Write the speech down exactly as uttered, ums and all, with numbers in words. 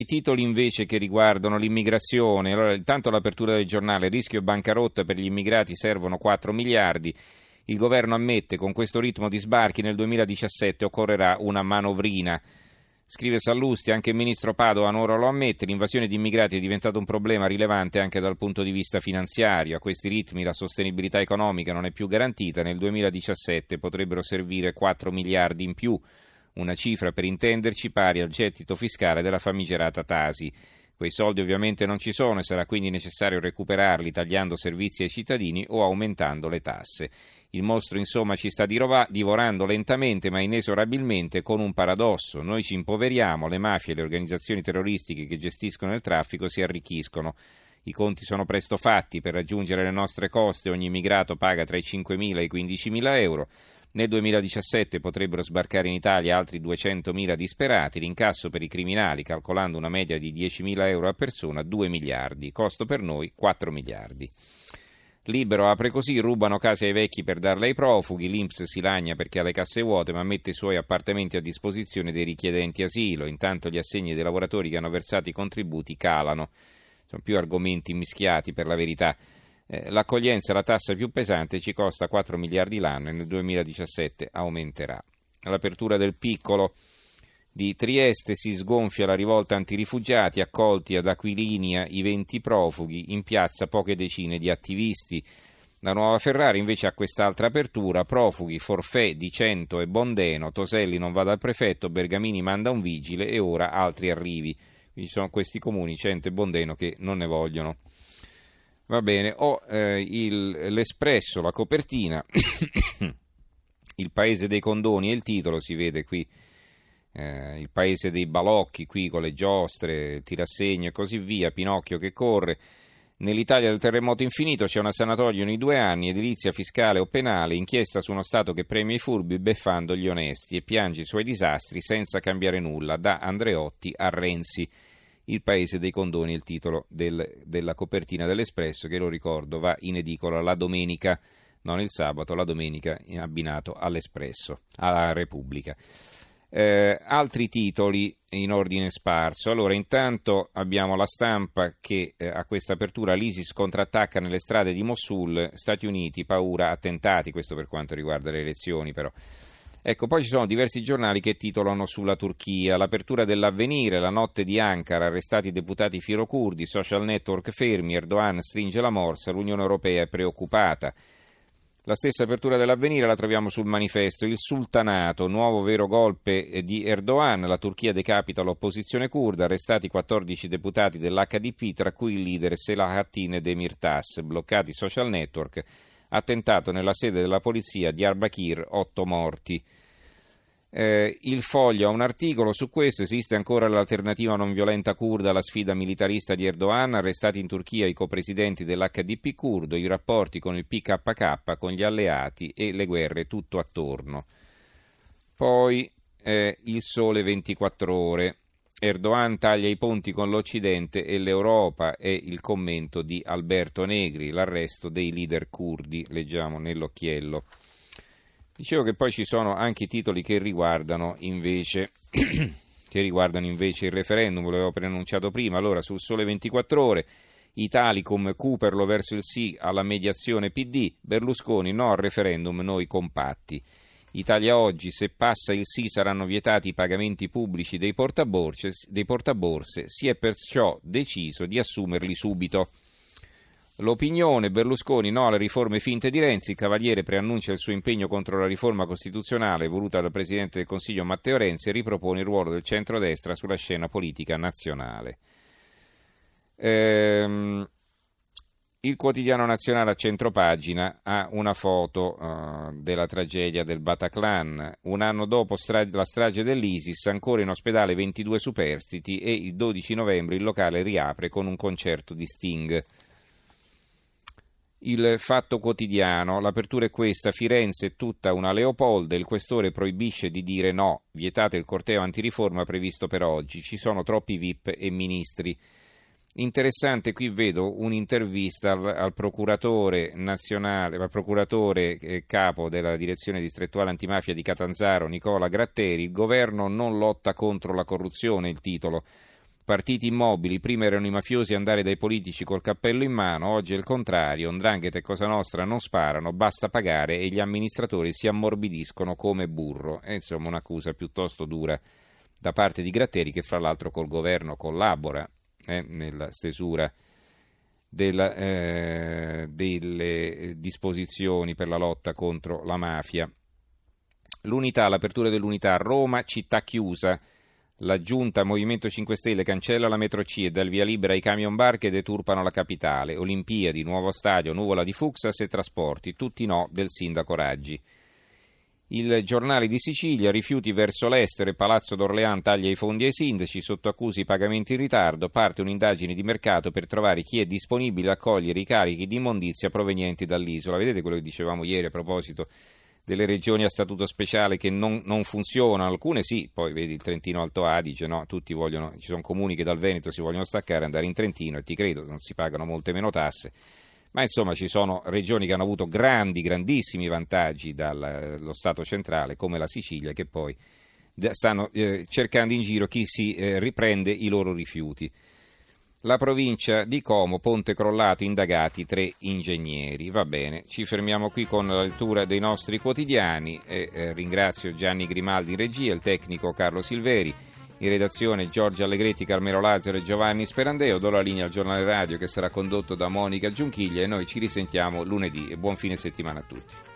I titoli invece che riguardano l'immigrazione, allora intanto l'apertura del giornale, rischio bancarotta per gli immigrati, servono quattro miliardi, il governo ammette con questo ritmo di sbarchi nel duemiladiciassette occorrerà una manovrina. Scrive Sallusti, anche il ministro Padoan ora lo ammette, l'invasione di immigrati è diventato un problema rilevante anche dal punto di vista finanziario, a questi ritmi la sostenibilità economica non è più garantita, nel duemiladiciassette potrebbero servire quattro miliardi in più. Una cifra, per intenderci, pari al gettito fiscale della famigerata Tasi. Quei soldi ovviamente non ci sono e sarà quindi necessario recuperarli tagliando servizi ai cittadini o aumentando le tasse. Il mostro insomma ci sta divorando lentamente ma inesorabilmente con un paradosso. Noi ci impoveriamo, le mafie e le organizzazioni terroristiche che gestiscono il traffico si arricchiscono. I conti sono presto fatti, per raggiungere le nostre coste ogni immigrato paga tra i cinquemila e i quindicimila euro. Nel duemiladiciassette potrebbero sbarcare in Italia altri duecentomila disperati, l'incasso per i criminali, calcolando una media di diecimila euro a persona, due miliardi, costo per noi quattro miliardi. Libero apre così, rubano case ai vecchi per darle ai profughi, l'I N P S si lagna perché ha le casse vuote ma mette i suoi appartamenti a disposizione dei richiedenti asilo, intanto gli assegni dei lavoratori che hanno versato i contributi calano. Sono più argomenti mischiati per la verità. L'accoglienza è la tassa più pesante, ci costa quattro miliardi l'anno e nel duemiladiciassette aumenterà. All'apertura del Piccolo di Trieste si sgonfia la rivolta antirifugiati, accolti ad Aquilinia i venti profughi, in piazza poche decine di attivisti. La Nuova Ferrari invece ha quest'altra apertura, profughi, forfè di Cento e Bondeno, Toselli non va dal prefetto, Bergamini manda un vigile e ora altri arrivi. Ci sono questi comuni, Cento e Bondeno, che non ne vogliono. Va bene, ho eh, il, l'Espresso, la copertina, il paese dei condoni e il titolo, si vede qui, eh, il paese dei balocchi, qui con le giostre, il tirassegno e così via, Pinocchio che corre. Nell'Italia del terremoto infinito c'è una sanatoria ogni due anni, edilizia fiscale o penale, inchiesta su uno Stato che premia i furbi beffando gli onesti e piange i suoi disastri senza cambiare nulla, da Andreotti a Renzi. Il paese dei condoni è il titolo del, della copertina dell'Espresso, che lo ricordo va in edicola la domenica, non il sabato, la domenica, abbinato all'Espresso, alla Repubblica. Eh, altri titoli in ordine sparso. Allora, intanto abbiamo la Stampa che eh, a questa apertura l'ISIS contrattacca nelle strade di Mosul, Stati Uniti, paura, attentati, questo per quanto riguarda le elezioni però. Ecco, poi ci sono diversi giornali che titolano sulla Turchia, l'apertura dell'Avvenire, la notte di Ankara, arrestati i deputati filocurdi, social network fermi, Erdogan stringe la morsa, l'Unione Europea è preoccupata. La stessa apertura dell'Avvenire la troviamo sul Manifesto, il sultanato, nuovo vero golpe di Erdogan, la Turchia decapita l'opposizione curda, arrestati quattordici deputati dell'H D P, tra cui il leader Selahattin Demirtas, bloccati i social network. Attentato nella sede della polizia di Diyarbakir, otto morti. Eh, il Foglio ha un articolo su questo, esiste ancora l'alternativa non violenta curda alla sfida militarista di Erdogan, arrestati in Turchia i copresidenti dell'H D P curdo, i rapporti con il P K K, con gli alleati e le guerre tutto attorno. Poi eh, il Sole ventiquattro ore. Erdogan taglia i ponti con l'Occidente e l'Europa e il commento di Alberto Negri, l'arresto dei leader curdi, leggiamo nell'occhiello. Dicevo che poi ci sono anche i titoli che riguardano invece che riguardano invece il referendum, lo avevo preannunciato prima. Allora, sul Sole ventiquattro ore, Italicum, Cooperlo verso il sì alla mediazione P D, Berlusconi no al referendum, noi compatti. Italia Oggi, se passa il sì saranno vietati i pagamenti pubblici dei portaborse, dei portaborse, si è perciò deciso di assumerli subito. L'Opinione, Berlusconi no alle riforme finte di Renzi, il Cavaliere preannuncia il suo impegno contro la riforma costituzionale voluta dal Presidente del Consiglio Matteo Renzi e ripropone il ruolo del centrodestra sulla scena politica nazionale. Ehm... Il Quotidiano Nazionale a centropagina ha una foto uh, della tragedia del Bataclan. Un anno dopo stra- la strage dell'ISIS, ancora in ospedale ventidue superstiti e il dodici novembre il locale riapre con un concerto di Sting. Il Fatto Quotidiano, l'apertura è questa, Firenze è tutta una Leopolda, il questore proibisce di dire no, vietate il corteo antiriforma previsto per oggi, ci sono troppi V I P e ministri. Interessante, qui vedo un'intervista al, al procuratore nazionale, al procuratore eh, capo della direzione distrettuale antimafia di Catanzaro, Nicola Gratteri. Il governo non lotta contro la corruzione, il titolo. Partiti immobili, prima erano i mafiosi a andare dai politici col cappello in mano, oggi è il contrario, 'ndrangheta e Cosa Nostra non sparano, basta pagare e gli amministratori si ammorbidiscono come burro. È insomma un'accusa piuttosto dura da parte di Gratteri, che fra l'altro col governo collabora eh, nella stesura della, eh, delle disposizioni per la lotta contro la mafia. L'unità, l'apertura dell'unità a Roma, città chiusa. La giunta Movimento cinque Stelle cancella la metro C e dà il via libera ai camion bar che deturpano la capitale. Olimpiadi, nuovo stadio, nuvola di Fuxas e trasporti, tutti no del sindaco Raggi. Il Giornale di Sicilia, rifiuti verso l'estero e Palazzo d'Orléans taglia i fondi ai sindaci, sotto accusa i pagamenti in ritardo, parte un'indagine di mercato per trovare chi è disponibile a cogliere i carichi di immondizia provenienti dall'isola. Vedete quello che dicevamo ieri a proposito delle regioni a statuto speciale che non, non funzionano, alcune sì, poi vedi il Trentino Alto Adige, no? Tutti vogliono, ci sono comuni che dal Veneto si vogliono staccare, andare in Trentino e ti credo, non si pagano molte meno tasse, ma insomma ci sono regioni che hanno avuto grandi, grandissimi vantaggi dallo Stato centrale, come la Sicilia, che poi stanno eh, cercando in giro chi si eh, riprende i loro rifiuti. La provincia di Como, ponte crollato, indagati tre ingegneri. Va bene, ci fermiamo qui con la lettura dei nostri quotidiani. E, eh, ringrazio Gianni Grimaldi in regia, il tecnico Carlo Silveri, in redazione Giorgio Allegretti, Carmelo Lazzaro e Giovanni Sperandeo. Do la linea al giornale radio che sarà condotto da Monica Giunchiglia e noi ci risentiamo lunedì e buon fine settimana a tutti.